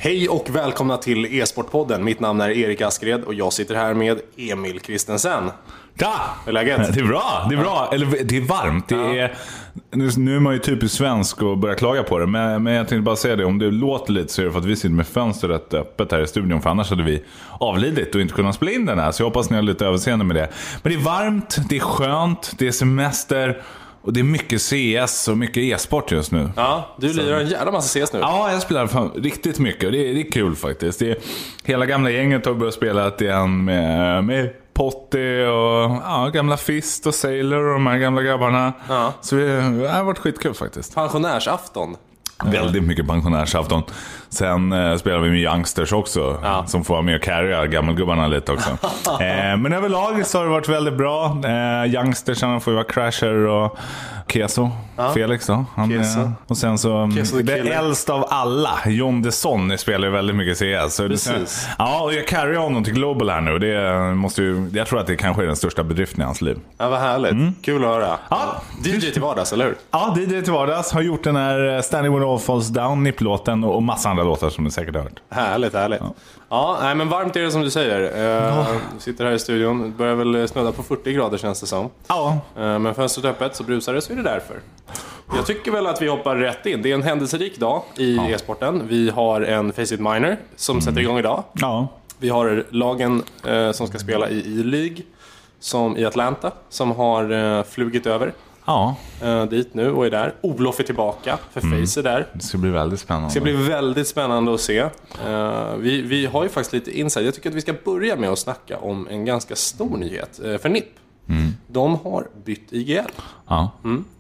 Hej och välkomna till e-sportpodden. Mitt namn är Erik Askred och jag sitter här med Emil Kristensen. Ja, Hur är läget? det är bra, det är bra. Eller det är varmt. Det är, nu är man ju typiskt svensk och börjar klaga på det. Men jag tänkte bara säga det, om det låter lite så är det för att vi sitter med fönstret öppet här i studion. För annars hade vi avlidit och inte kunnat spela in den här. Så jag hoppas ni har lite överseende med det. Men det är varmt, det är skönt, det är semester. Och det är mycket CS och mycket e-sport just nu. Ja, du lirar en jävla massa CS nu. Ja, jag spelar fan riktigt mycket och det är kul faktiskt. Hela gamla gänget har börjat spela igen med Potty och gamla Fist och Sailor och de här gamla grabbarna. Ja. Så det har varit skitkul faktiskt. Pensionärsafton. Väldigt mycket pensionärsafton. Sen spelar vi med youngsters också, som får vara med och carrya gammelgubbarna lite också. Men överlag så har det varit väldigt bra. Youngstersarna får ju vara Crasher och Keso, Felix då. Och sen så det äldsta av alla, John Desson, spelar ju väldigt mycket CS. Så precis. Och jag carryar honom till Global här nu. Jag tror att det kanske är den största bedriften i hans liv. Ja, vad härligt. Kul att höra. Ja. DJ till vardags, eller hur? Ja, DJ till vardags. Har gjort den här Standing When All Falls Down, Nip-låten och massa andra låtar som du säkert har hört. Härligt. Ja, men varmt är det som du säger. Du sitter här i studion, börjar väl snudda på 40 grader känns det som. Ja. Men fönstret öppet så brusar det, så är det därför. Jag tycker väl att vi hoppar rätt in. Det är en händelserik dag i e-sporten. Vi har en Faceit Minor som sätter igång idag. Ja. Vi har lagen som ska spela i E-League som i Atlanta, som har flugit över dit nu och är där. Olof är tillbaka, för Face är där. Det ska bli väldigt spännande. Det ska bli väldigt spännande att se. Vi har ju faktiskt lite insight. Jag tycker att vi ska börja med att snacka om en ganska stor nyhet för NIP. De har bytt IGL. Ja.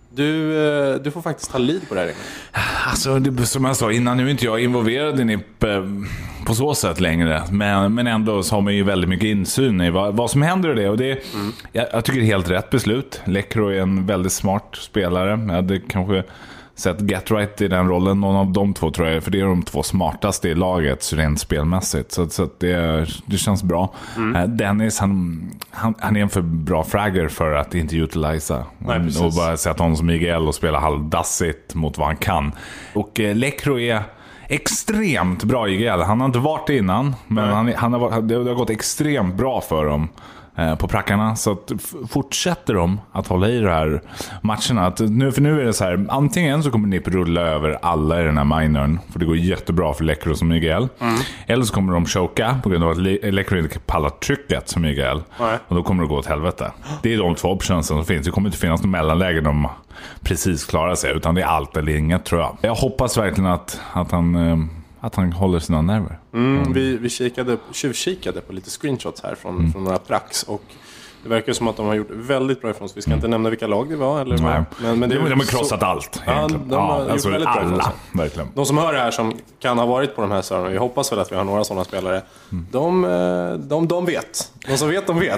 Du får faktiskt ta lead på det här. Alltså, som jag sa innan, nu är inte jag involverad i NIP på så sätt längre. Men ändå så har man ju väldigt mycket insyn i vad som händer i det. Och jag tycker det är helt rätt beslut. Lekro är en väldigt smart spelare. Jag hade kanske sett Get Right i den rollen. Någon av de två tror jag, för det är de två smartaste i laget rent spelmässigt. Så att det känns bra. Dennis, han är en för bra fragger för att inte utilisa. Och bara sätta honom som IGL och spela halvdassigt mot vad han kan. Och Lekro är extremt bra IGL. Han har inte varit det innan, men det har gått extremt bra för dem på prackarna. Så att fortsätter de att hålla i de här matcherna. För nu är det så här, antingen så kommer NIP rulla över alla i den här minorn, för det går jättebra för Lekro som IGL. Eller så kommer de choka på grund av att Lekro inte pallar trycket som IGL. Och då kommer det gå åt helvete. Det är de två optionsen som finns. Det kommer inte finnas någon mellanläge de precis klarar sig, utan det är allt eller inget, tror jag. Jag hoppas verkligen att han håller sina nerver. Vi tjuvkikade på lite screenshots här från några prax, och det verkar som att de har gjort väldigt bra ifrån sig. Vi ska inte nämna vilka lag det var. Eller nej. Men de har krossat allt. De har gjort väldigt bra ifrån sig. Verkligen. De som hör det här, som kan ha varit på de här serverna, vi hoppas väl att vi har några sådana spelare. De vet. De som vet, de vet.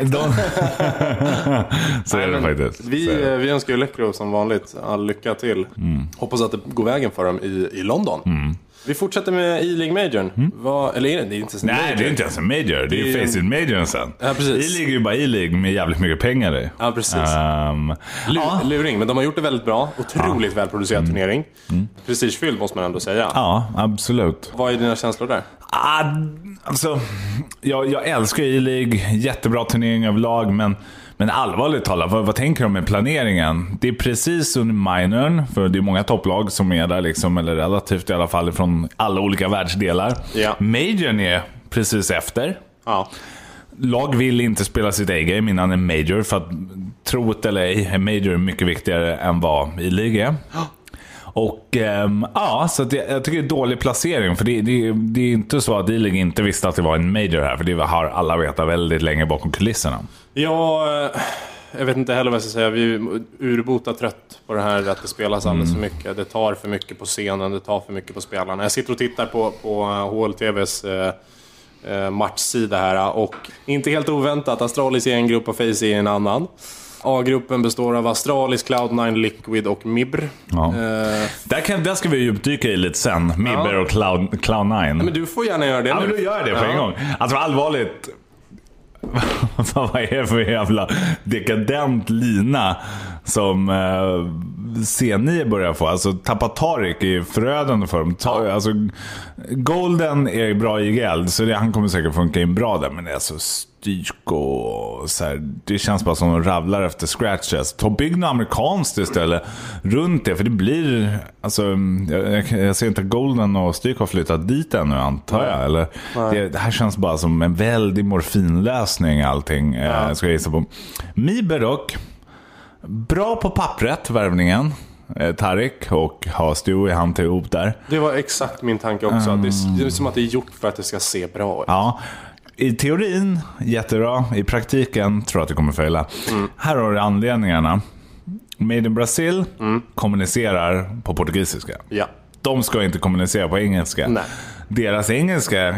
Så är det faktiskt. Vi önskar ju Lekro som vanligt all lycka till. Hoppas att det går vägen för dem i London. Vi fortsätter med E-League Majorn. Eller är det inte så? Nej, det är inte ens en Major. Det är ju Faceit Majorn sen. Ja, precis. E-League är ju bara E-League med jävligt mycket pengar i. Ja, precis. Luring, men de har gjort det väldigt bra. Otroligt välproducerad turnering. Prestigefylld måste man ändå säga. Ja, absolut. Vad är dina känslor där? Alltså, jag älskar E-League. Jättebra turnering överlag, men allvarligt talat, vad tänker de med planeringen? Det är precis under minorn, för det är många topplag som är där liksom, eller relativt i alla fall från alla olika världsdelar. Majorn är precis efter. Lag vill inte spela sitt A-game innan en major, för att tro det eller ej, en major är mycket viktigare än vad E-League är. Och så att jag tycker det är dålig placering, för det är inte så att E-League inte visste att det var en major här, för det har alla vetat väldigt länge bakom kulisserna. Jag vet inte heller vad jag ska säga. Vi är urbota trött på det här att det spelas alldeles för mycket. Det tar för mycket på scenen, det tar för mycket på spelarna. Jag sitter och tittar på HLTVs matchsida här, och inte helt oväntat, Astralis är en grupp och Face är en annan. A-gruppen består av Astralis, Cloud9, Liquid och Mibr. Där ska vi djupdyka i lite sen. Mibr och Cloud9. Men du får gärna göra det. Men du gör det på en gång. Alltså allvarligt, vad är det för jävla dekadent lina som C9 börjar få. Alltså Tapatarik är förödande för dem. Alltså, Golden är bra i IGL, så han kommer säkert funka in bra där, men det är så styrt och så här, det känns bara som de ravlar efter scratches. Ta bygg något amerikanskt istället runt det, för det blir alltså, jag ser inte att Golden och Styk har flyttat dit ännu, antar jag, eller det här känns bara som en väldig morfinlösning allting. Ska jag gissa på. Miberok, bra på pappret, värvningen. Tarik och ha Stewie han till ihop där. Det var exakt min tanke också. Det är som att det är gjort för att det ska se bra ut. Ja. I teorin jättebra, i praktiken tror jag att det kommer fejla. Här har du anledningarna. Made in Brazil kommunicerar på portugisiska. Ja. De ska inte kommunicera på engelska. Nej. Deras engelska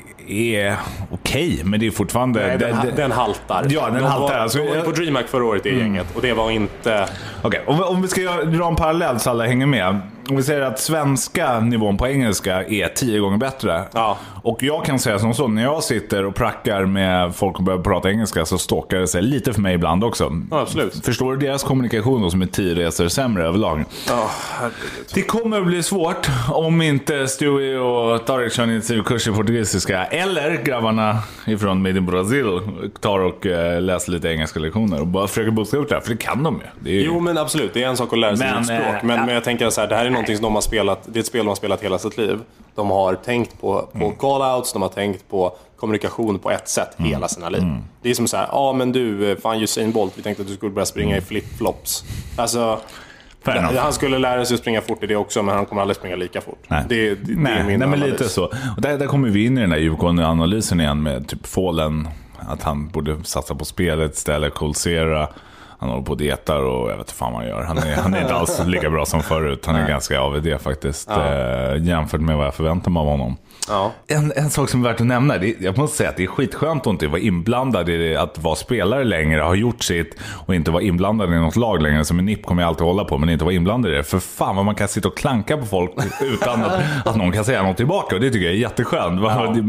är okej, men det är fortfarande... Nej, den haltar. Ja, den haltar. Alltså, jag var på DreamHack förra året i gänget, och det var inte... Okej, om vi ska dra en parallell så alla hänger med. Om vi säger att svenska nivån på engelska är 10 gånger bättre. Ja. Och jag kan säga som så, när jag sitter och prackar med folk och börjar prata engelska, så stalkar det sig lite för mig ibland också. Ja, absolut. Förstår du deras kommunikation då, som är 10 resor sämre överlag? Ja, det kommer att bli svårt om inte Stewie och Tarik kör en intensivkurs i portugisiska, eller grabbarna ifrån Made in Brazil tar och läser lite engelska lektioner och bara försöker boosta upp det här, för det kan de ju. Det är ju... Jo, men absolut, det är en sak att lära sig ett språk, men jag tänker så här, det här är någonting som de har spelat, det är ett spel de har spelat hela sitt liv. De har tänkt på call-outs, de har tänkt på kommunikation på ett sätt hela sina liv. Det är som så här, men du, fan Usain Bolt, vi tänkte att du skulle börja springa i flip-flops. Alltså, han skulle lära sig att springa fort i det också, men han kommer aldrig springa lika fort. Nej. Det är min men analys. lite så. Och där kommer vi in i den där djupgående analysen igen med typ Fallen, att han borde satsa på spelet istället, Colsera. Han håller på och dietar och jag vet inte fan vad han gör. Han är inte alls lika bra som förut. Han är ganska AVD faktiskt, jämfört med vad jag förväntar mig av honom. Ja. En sak som är värt att nämna, jag måste säga att det är skitskönt att inte vara inblandad i det, att vara spelare längre, ha gjort sitt och inte vara inblandad i något lag längre. Som en NIP kommer jag alltid hålla på, men inte vara inblandad i det. För fan vad man kan sitta och klanka på folk utan att någon kan säga något tillbaka, och det tycker jag är jätteskönt.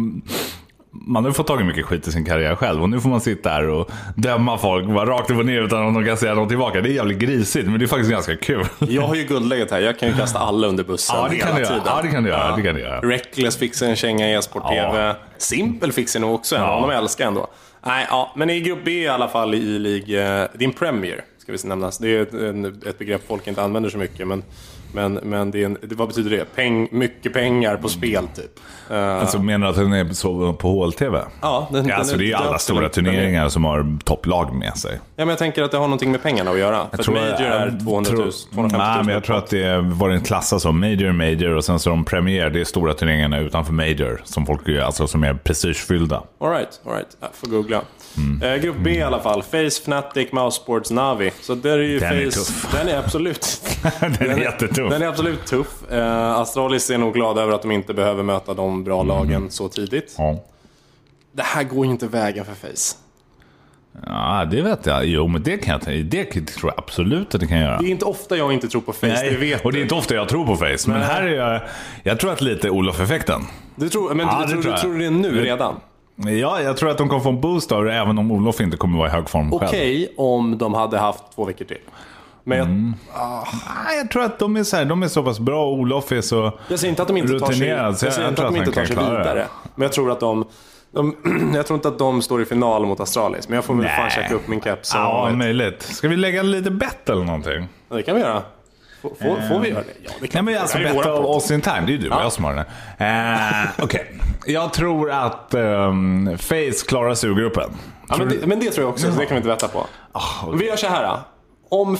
Man har fått tagit mycket skit i sin karriär själv, och nu får man sitta här och döma folk bara rakt upp och ner utan att de kan säga något tillbaka. Det är jävligt grisigt, men det är faktiskt ganska kul. Jag har ju guldläget här, jag kan ju kasta alla under bussen hela tiden. Ja, det kan du göra. Reckless fixar en känga i e-sport-tv. Simple fixar nog också, de älskar ändå. Nej, men i grupp B i alla fall i League, din Premier ska vi nämnas. Det är ett begrepp folk inte använder så mycket, men vad betyder det? Mycket pengar på spel typ. Alltså menar du att den är så på HLTV? Ja, det är ju alla stora turneringar som har topplag med sig. Ja, men jag tänker att det har någonting med pengarna att göra. För Major är 200 000, 250 000. Nej, men jag tror att det var en klass som Major, och sen så de Premier, det är stora turneringarna utanför Major som folk gör, alltså som är prestigefyllda. All right. Jag får googla. Grupp B i alla fall. Face, Fnatic, Mousesports, Navi. Så där är ju den Face. Är tuff. Den är absolut. den är jättetuff. Den är absolut tuff. Astralis är nog glada över att de inte behöver möta de bra lagen så tidigt. Ja. Det här går ju inte vägen för Face. Ja, det vet jag. Jo, men det tror jag absolut att det kan göra. Det är inte ofta jag inte tror på Face. Nej, det vet och det är inte ofta jag tror på Face. Men här är jag tror att lite Olof-effekten. Du tror det nu redan? Ja, jag tror att de kommer få en boost av det, även om Olof inte kommer vara i hög form själv. Okej, om de hade haft 2 veckor till. Men jag tror att de är så pass bra, och Olof är så jag säger inte att de inte rutinerad. Jag säger inte att de inte tar sig vidare. Men jag tror att jag tror inte att de står i final mot Astralis. Men jag får väl fan checka upp min caps. Ja, möjligt. Ska vi lägga lite bett eller någonting? Ja, det kan vi göra. Får vi göra det? Ja, det kan. Nej, men alltså betta av oss intern. Det är ju du och jag som har den. Okej. Jag tror att Face klarar sig ur gruppen. Ja, men det tror jag också, så det kan vi inte veta på. Vi gör så här. Om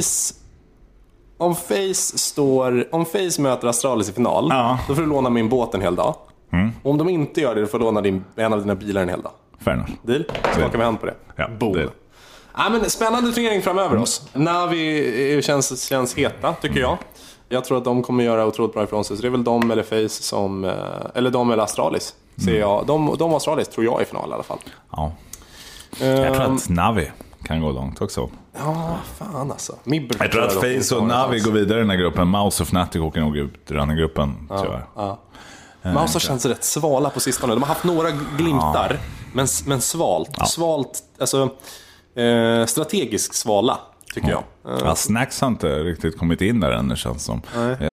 Face möter Astralis i final, då får du låna min båt en hel dag. Om de inte gör det, då får du låna en av dina bilar en hel dag. Fair enough. Deal? Skakar vi hand på det. Ja, boom. Deal. Ja, men spännande turnering framöver oss. Navi känns heta, tycker jag. Jag tror att de kommer göra otroligt bra ifrån sig. Så det är väl de eller Face som... Eller de eller Astralis. Ser jag. De och Astralis tror jag är i final i alla fall. Ja. Jag tror att Navi kan gå långt också. Ja, fan alltså. Jag tror att Face och Navi går vidare i den här gruppen. Mouse och Fnatic åker nog ut i den här gruppen, tyvärr. Ja. Mouse har känts rätt svala på sistone. De har haft några glimtar, men svalt. Ja. Svalt, alltså strategisk svala. tycker jag. Ja, Snacks har inte riktigt kommit in där än, det känns som.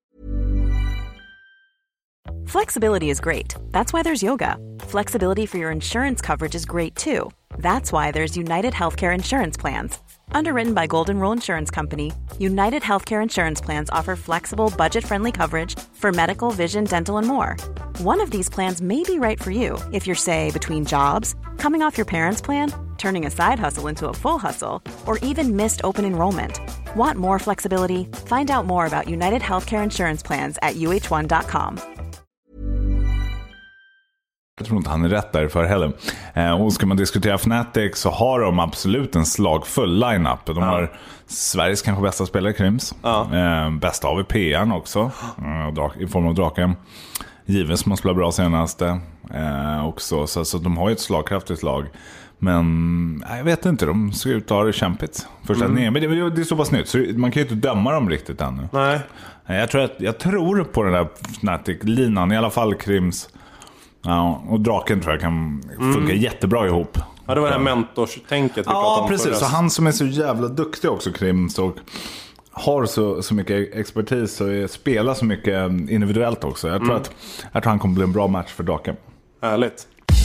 Flexibility is great. That's why there's yoga. Flexibility for your insurance coverage is great too. That's why there's United Healthcare Insurance Plans. Underwritten by Golden Rule Insurance Company, United Healthcare Insurance Plans offer flexible, budget-friendly coverage for medical, vision, dental, and more. One of these plans may be right for you if you're, say, between jobs, coming off your parents' plan, turning a side hustle into a full hustle, or even missed open enrollment. Want more flexibility? Find out more about United Healthcare Insurance Plans at uh1.com. Jag tror inte han är rätt därför heller. Och ska man diskutera Fnatic så har de absolut en slagfull lineup. De har Sveriges kanske bästa spelare, Krims. Bästa av PN också. I form av Draken. Givet som har spelat bra senaste. Också. Så de har ju ett slagkraftigt lag. Men jag vet inte, de ser ut att ha det kämpigt. Men det är så pass nytt, så man kan ju inte döma dem riktigt ännu. Nej. Jag tror på den där Fnatic-linan, i alla fall Krims. Ja, och Draken tror jag kan funka jättebra ihop. Ja, det var det här mentorstänket vi pratade om. Ja, precis. Så han som är så jävla duktig också, Krims, och har så mycket expertis och spelar så mycket individuellt också. Jag tror att han kommer bli en bra match för Draken. Härligt.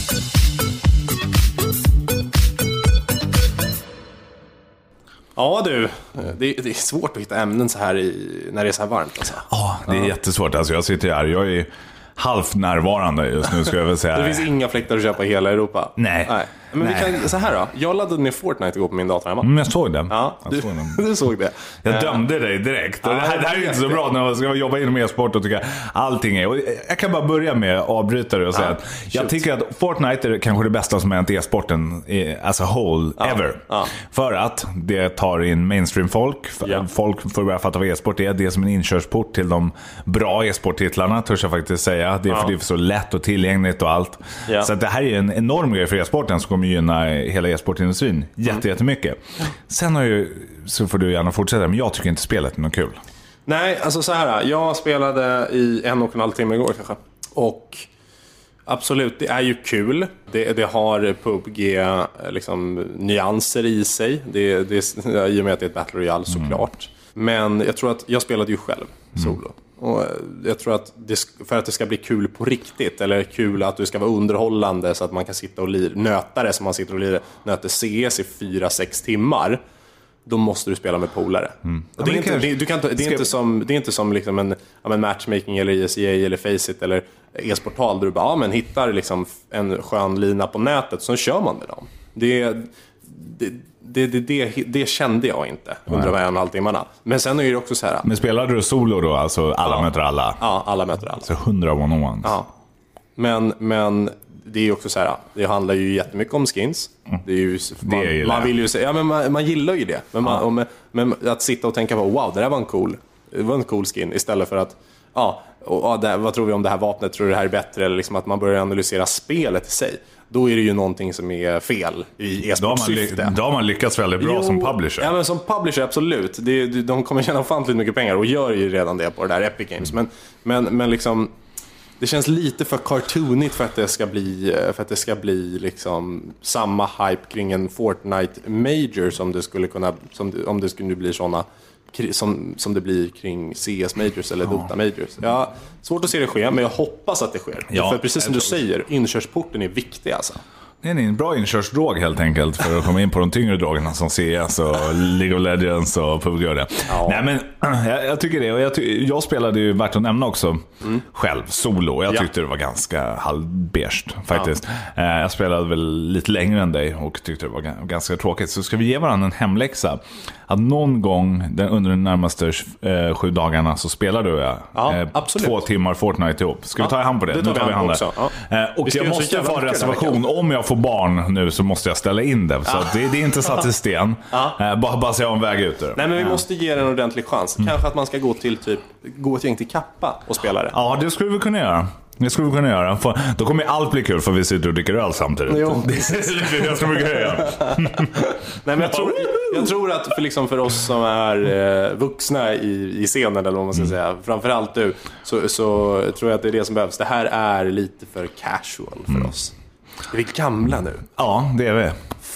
Ja du, det är svårt att hitta ämnen så här när det är så här varmt alltså. Ja, det är jättesvårt. Alltså, jag sitter här, jag är halvt närvarande just nu, ska jag väl säga. Det finns inga fläktar att köpa i hela Europa. Nej. Men vi kan, så här då. Jag laddade ner Fortnite igår på min dator hemma. Jag såg den. Ja, du såg det. Jag dömde dig direkt. Ja, det här är ju inte så bra när man ska jobba inom e-sport och tycka allting är. Och jag kan bara börja med att avbryta det och säga att jag tycker att Fortnite är kanske det bästa som hänt i e-sporten as a whole ever. För att det tar in mainstream-folk. Folk får börja fatta vad e-sport är. Det är som en inkörsport till de bra e-sporttitlarna, törs jag faktiskt säga. Det är för det är så lätt och tillgängligt och allt. Så att det här är en enorm grej för e-sporten som kommer gynna hela e-sportindustrin jättemycket. Sen så får du gärna fortsätta, men jag tycker inte spelet är något kul. Nej, alltså så här. Jag spelade i 1,5 timme igår kanske. Och absolut, det är ju kul. Det har PUBG liksom nyanser i sig. I och med att det är ett Battle Royale såklart. Men jag tror att jag spelade ju själv solo. Och jag tror att för att det ska bli kul på riktigt, eller kul att det ska vara underhållande så att man kan sitta och nöta det som man sitter och nöter CS i 4-6 timmar, då måste du spela med polare. Och det är inte som liksom en matchmaking eller ESEA eller Faceit eller e-sportal där du bara men hittar liksom en skön lina på nätet så kör man med dem. Det kände jag inte under de här 1,5 timmarna. Men sen är det också så här. Men spelade du solo då? Alltså alla möter alla? Ja, alla möter alla. Så 100 one-on-ones. Ja. Men det är ju också så här. Det handlar ju jättemycket om skins. Det är ju, man vill ju säga, men man gillar ju det. Men att sitta och tänka på wow, det där var en cool skin, istället för att vad tror vi om det här vapnet, tror du det här är bättre, eller liksom att man börjar analysera spelet i sig. Då är det ju någonting som är fel i e-sportsyfte. Då har man lyckats väldigt bra som publisher. Ja, men som publisher absolut. De kommer tjäna ofantligt mycket pengar och gör ju redan det på det där Epic Games. Men liksom det känns lite för cartoonigt för att det ska bli liksom samma hype kring en Fortnite Major som det skulle kunna, om det skulle bli såna som det blir kring CS Majors eller Dota Majors. Ja, svårt att se det ske, men jag hoppas att det sker. För precis som du säger, inkörsporten är viktig alltså. Det är en bra inkörsdrog helt enkelt för att komma in på de tyngre drogerna som CS och League of Legends och PUBG. Nej, men jag tycker det, och jag spelade ju, värt att nämna också, själv solo. Jag tyckte det var ganska halvbeige faktiskt. Jag spelade väl lite längre än dig och tyckte det var ganska tråkigt. Så ska vi ge varandra en hemläxa att någon gång under de närmaste 7 dagarna så spelar du och jag 2 timmar Fortnite ihop. Ska vi ta hand på det? Nu tar vi hand också. Och jag måste få en reservation. Om jag får barn nu så måste jag ställa in det. Så det är inte satt i sten. Bara se om väg ut. Nej, men vi måste ge det en ordentlig chans. Kanske att man ska gå ett gäng till Kappa och spela det. Ja, det skulle vi kunna göra. För då kommer allt bli kul för vi sitter och dricker öl samtidigt. Jo. Det är så mycket grejer. Nej, men jag tror att för oss som är vuxna i scenen, eller vad man ska säga, framförallt du, så tror jag att det är det som behövs. Det här är lite för casual för oss. Är vi gamla nu? Ja, det är vi.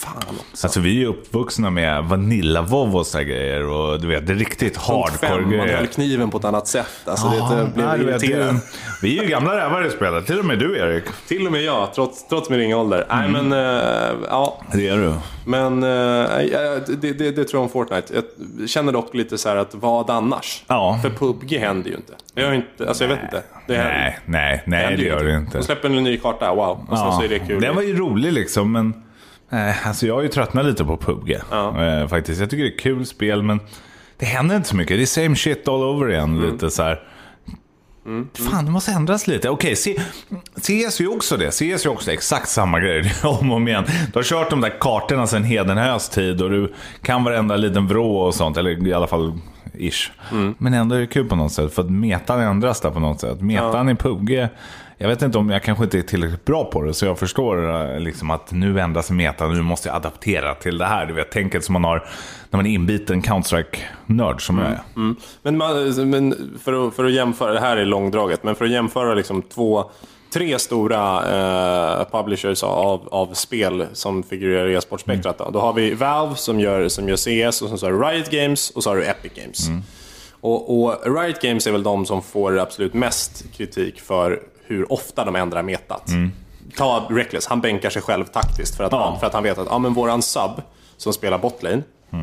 fan också. Alltså vi är ju uppvuxna med vanillavovos och grejer. Och du vet, det är riktigt hardcore grejer. Man höll kniven på ett annat sätt. Alltså det blev irriterande. Vi är ju gamla rävar i spelet. Till och med du, Erik. Till och med jag, trots min ringa ålder. Nej, men ja. Det är du. Men det tror jag om Fortnite. Jag känner dock lite så här att vad annars? Ja. För PUBG händer ju inte. Jag vet inte. Nej, det gör det inte. De släpper en ny karta, wow. Och sen så är det kul. Den var ju rolig liksom, men alltså jag har ju tröttnat lite på PUBG. Faktiskt. Jag tycker det är kul spel, men det händer inte så mycket. Det är same shit all over igen. Lite så här. Fan, det måste ändras lite. Okej, CS är ju också det. CS är ju också exakt samma grej om och om igen. Du har kört de där kartorna sedan Hedenhös tid och du kan varenda liten vrå och sånt, eller i alla fall ish. Men ändå är det kul på något sätt, för att metan ändras där på något sätt. Metan i PUBG, jag vet inte om jag kanske inte är tillräckligt bra på det, så jag förstår liksom att nu ändras metan, nu måste jag adaptera till det här. Du vet, tänket som man har när man är inbiten Counter-Strike-nörd som jag är. Men för att jämföra, det här är långdraget, men för att jämföra liksom 3 stora publishers av spel som figurerar i e-sportspektrat. Då har vi Valve som gör CS, och sen så har du Riot Games, och så har du Epic Games. Och Riot Games är väl de som får absolut mest kritik för hur ofta de ändrar metat. Ta Reckless, han bänkar sig själv taktiskt för att han vet att men våran sub som spelar botlane,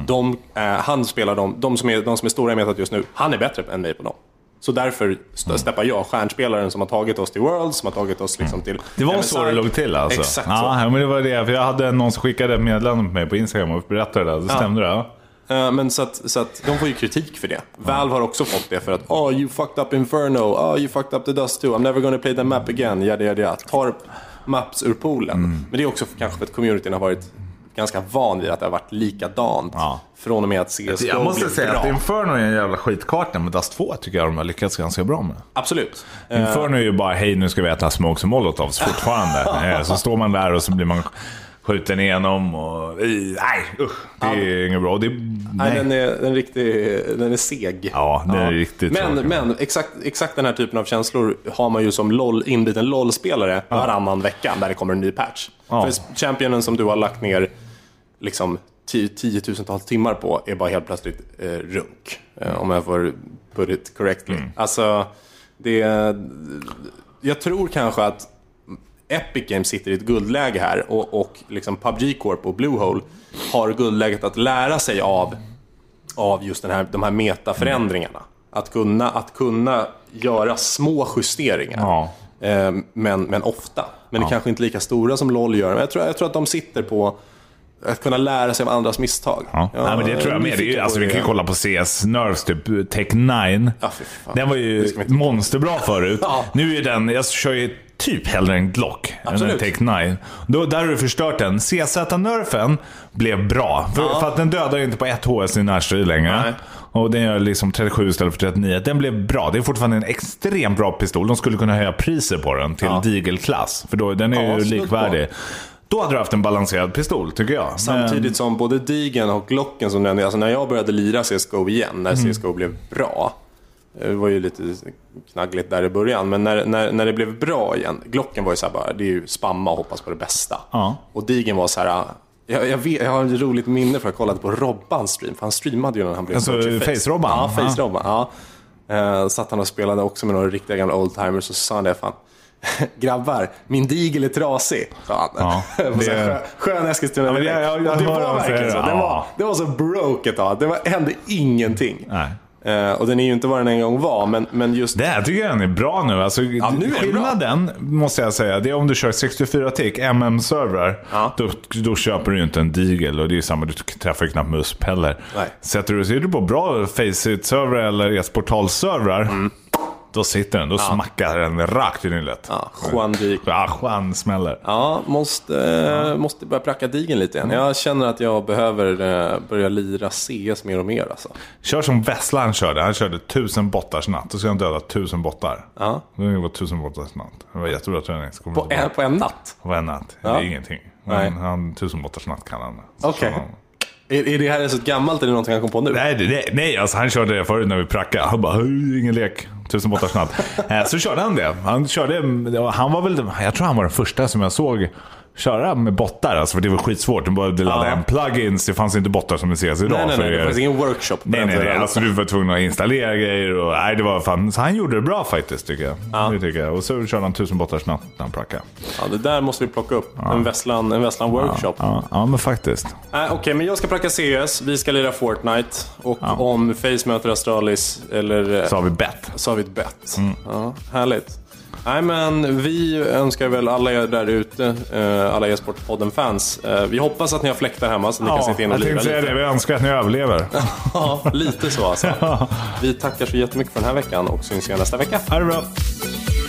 han spelar de som är stora i metat just nu, han är bättre än mig på dem. Så därför steppar jag, stjärnspelaren som har tagit oss till Worlds, som har tagit oss liksom till... Det var så det låg till alltså. Exakt men det var det, för jag hade någon som skickade ett meddelande på mig på Instagram och berättade det, det stämde det. Men så att de får ju kritik för det. Valve har också fått det för att you fucked up Inferno, you fucked up the Dust 2, I'm never gonna play that map again, yada. Tar maps ur poolen. Men det är också kanske för att communityn har varit ganska van vid att det har varit likadant från och med att CSGO. Jag måste säga att Inferno är en jävla skitkarta, men Dust 2 tycker jag de har lyckats ganska bra med. Absolut. Inferno är ju bara, hej nu ska vi äta smokes och molotovs fortfarande. Så står man där och så blir man skjuten igenom och det är inget bra. Den är seg. Ja, den är riktigt men exakt den här typen av känslor har man ju som inbiten LOL-spelare varannan vecka där det kommer en ny patch. För championen som du har lagt ner liksom 10 000-tals timmar på är bara helt plötsligt runk. Om jag får put it correctly. Alltså, jag tror kanske att Epic Games sitter i ett guldläge här och liksom PUBG Corp och Bluehole har guldläget att lära sig av just de här metaförändringarna. Att kunna göra små justeringar. Men ofta. Men det är kanske inte lika stora som LoL gör. Men jag tror att de sitter på att kunna lära sig av andras misstag. Nej, men det tror jag med. Vi kan ju kolla på CS Nerves, typ Tech 9. Den var ju monsterbra förut. Nu är den, jag kör ju typ hellre en Glock än en Tech 9. Där har du förstört den. CZ-nerfen blev bra. För att den dödar inte på 1 HS i närstrid längre. Nej. Och den gör liksom 37 istället för 39. Den blev bra. Det är fortfarande en extremt bra pistol. De skulle kunna höja priser på den till Deagle-klass. För då, den är ju likvärdig. Då hade du haft en balanserad pistol, tycker jag. Samtidigt som både Deagen och Glocken som den, alltså när jag började lira CSGO igen, när CSGO blev bra, det var ju lite knaggligt där i början, men när det blev bra igen, Glocken var ju så här bara, det är ju spamma och hoppas på det bästa. Och Deagen var så här, jag har ett roligt minne för att jag kollade på Robbans stream, för han streamade ju när han blev Face-Robban. Ja, Face-Robban. Satt han och spelade också med några riktiga gamla oldtimers, och så sa han det, fan, grabbar, min digel är trasig. Skön Eskilstuna. Det var verkligen så. Det var så broke ett tag. Det hände ingenting. Nej. Och den är ju inte vad den en gång var, men just... Det här tycker jag är bra nu. Alltså, nu skillnaden, måste jag säga, det är om du kör 64-tick MM-servrar, då köper du ju inte en digel. Och det är ju samma, du träffar ju knappt musp heller. Sätter du på bra Faceit-servrar eller e-sportal-servrar, då sitter den, då smackar den rakt i nyllet. Juan smäller. Måste börja pracka digen lite igen. Jag känner att jag behöver börja lira CS mer och mer alltså. Kör som Vesslan körde. Han körde 1000 bottars natt. Då ska han döda 1000 bottar. Det var 1000 bottars natt. Det var jättebra träning. På en natt? På en natt. Det är ingenting. Men han 1000 bottars natt kan han. Okej. Är det här så gammalt eller någonting han kom på nu? Nej, alltså han körde det förut när vi prackade. Han bara, ingen lek. 1000 bottars natt. Så körde han det. Han var väl, jag tror han var den första som jag såg köra med bottar, alltså, för det var skitsvårt. Du behövde ladda hem plugins, det fanns inte bottar som det ses idag. Nej, det fanns ingen workshop. Nej, alltså du var tvungen att installera grejer och det var fan, så han gjorde det bra faktiskt tycker jag. Ja. Det tycker jag. Och så körde han 1000 bottar snabbt när han prackade. Ja, det där måste vi plocka upp. En Vesslan workshop. Ja, men faktiskt. Okej, men jag ska pracka CS, vi ska lira Fortnite. Och om Face möter Astralis eller... Så har vi bet. Så har vi ett bet. Ja, härligt. Nej, men vi önskar väl alla er där ute, alla e-sportpodden-fans. Vi hoppas att ni har fläktar hemma så ni kan sitta in och lira lite. Det. Vi önskar att ni överlever. Ja, lite så alltså. Vi tackar så jättemycket för den här veckan och syns igen nästa vecka. Ha det bra.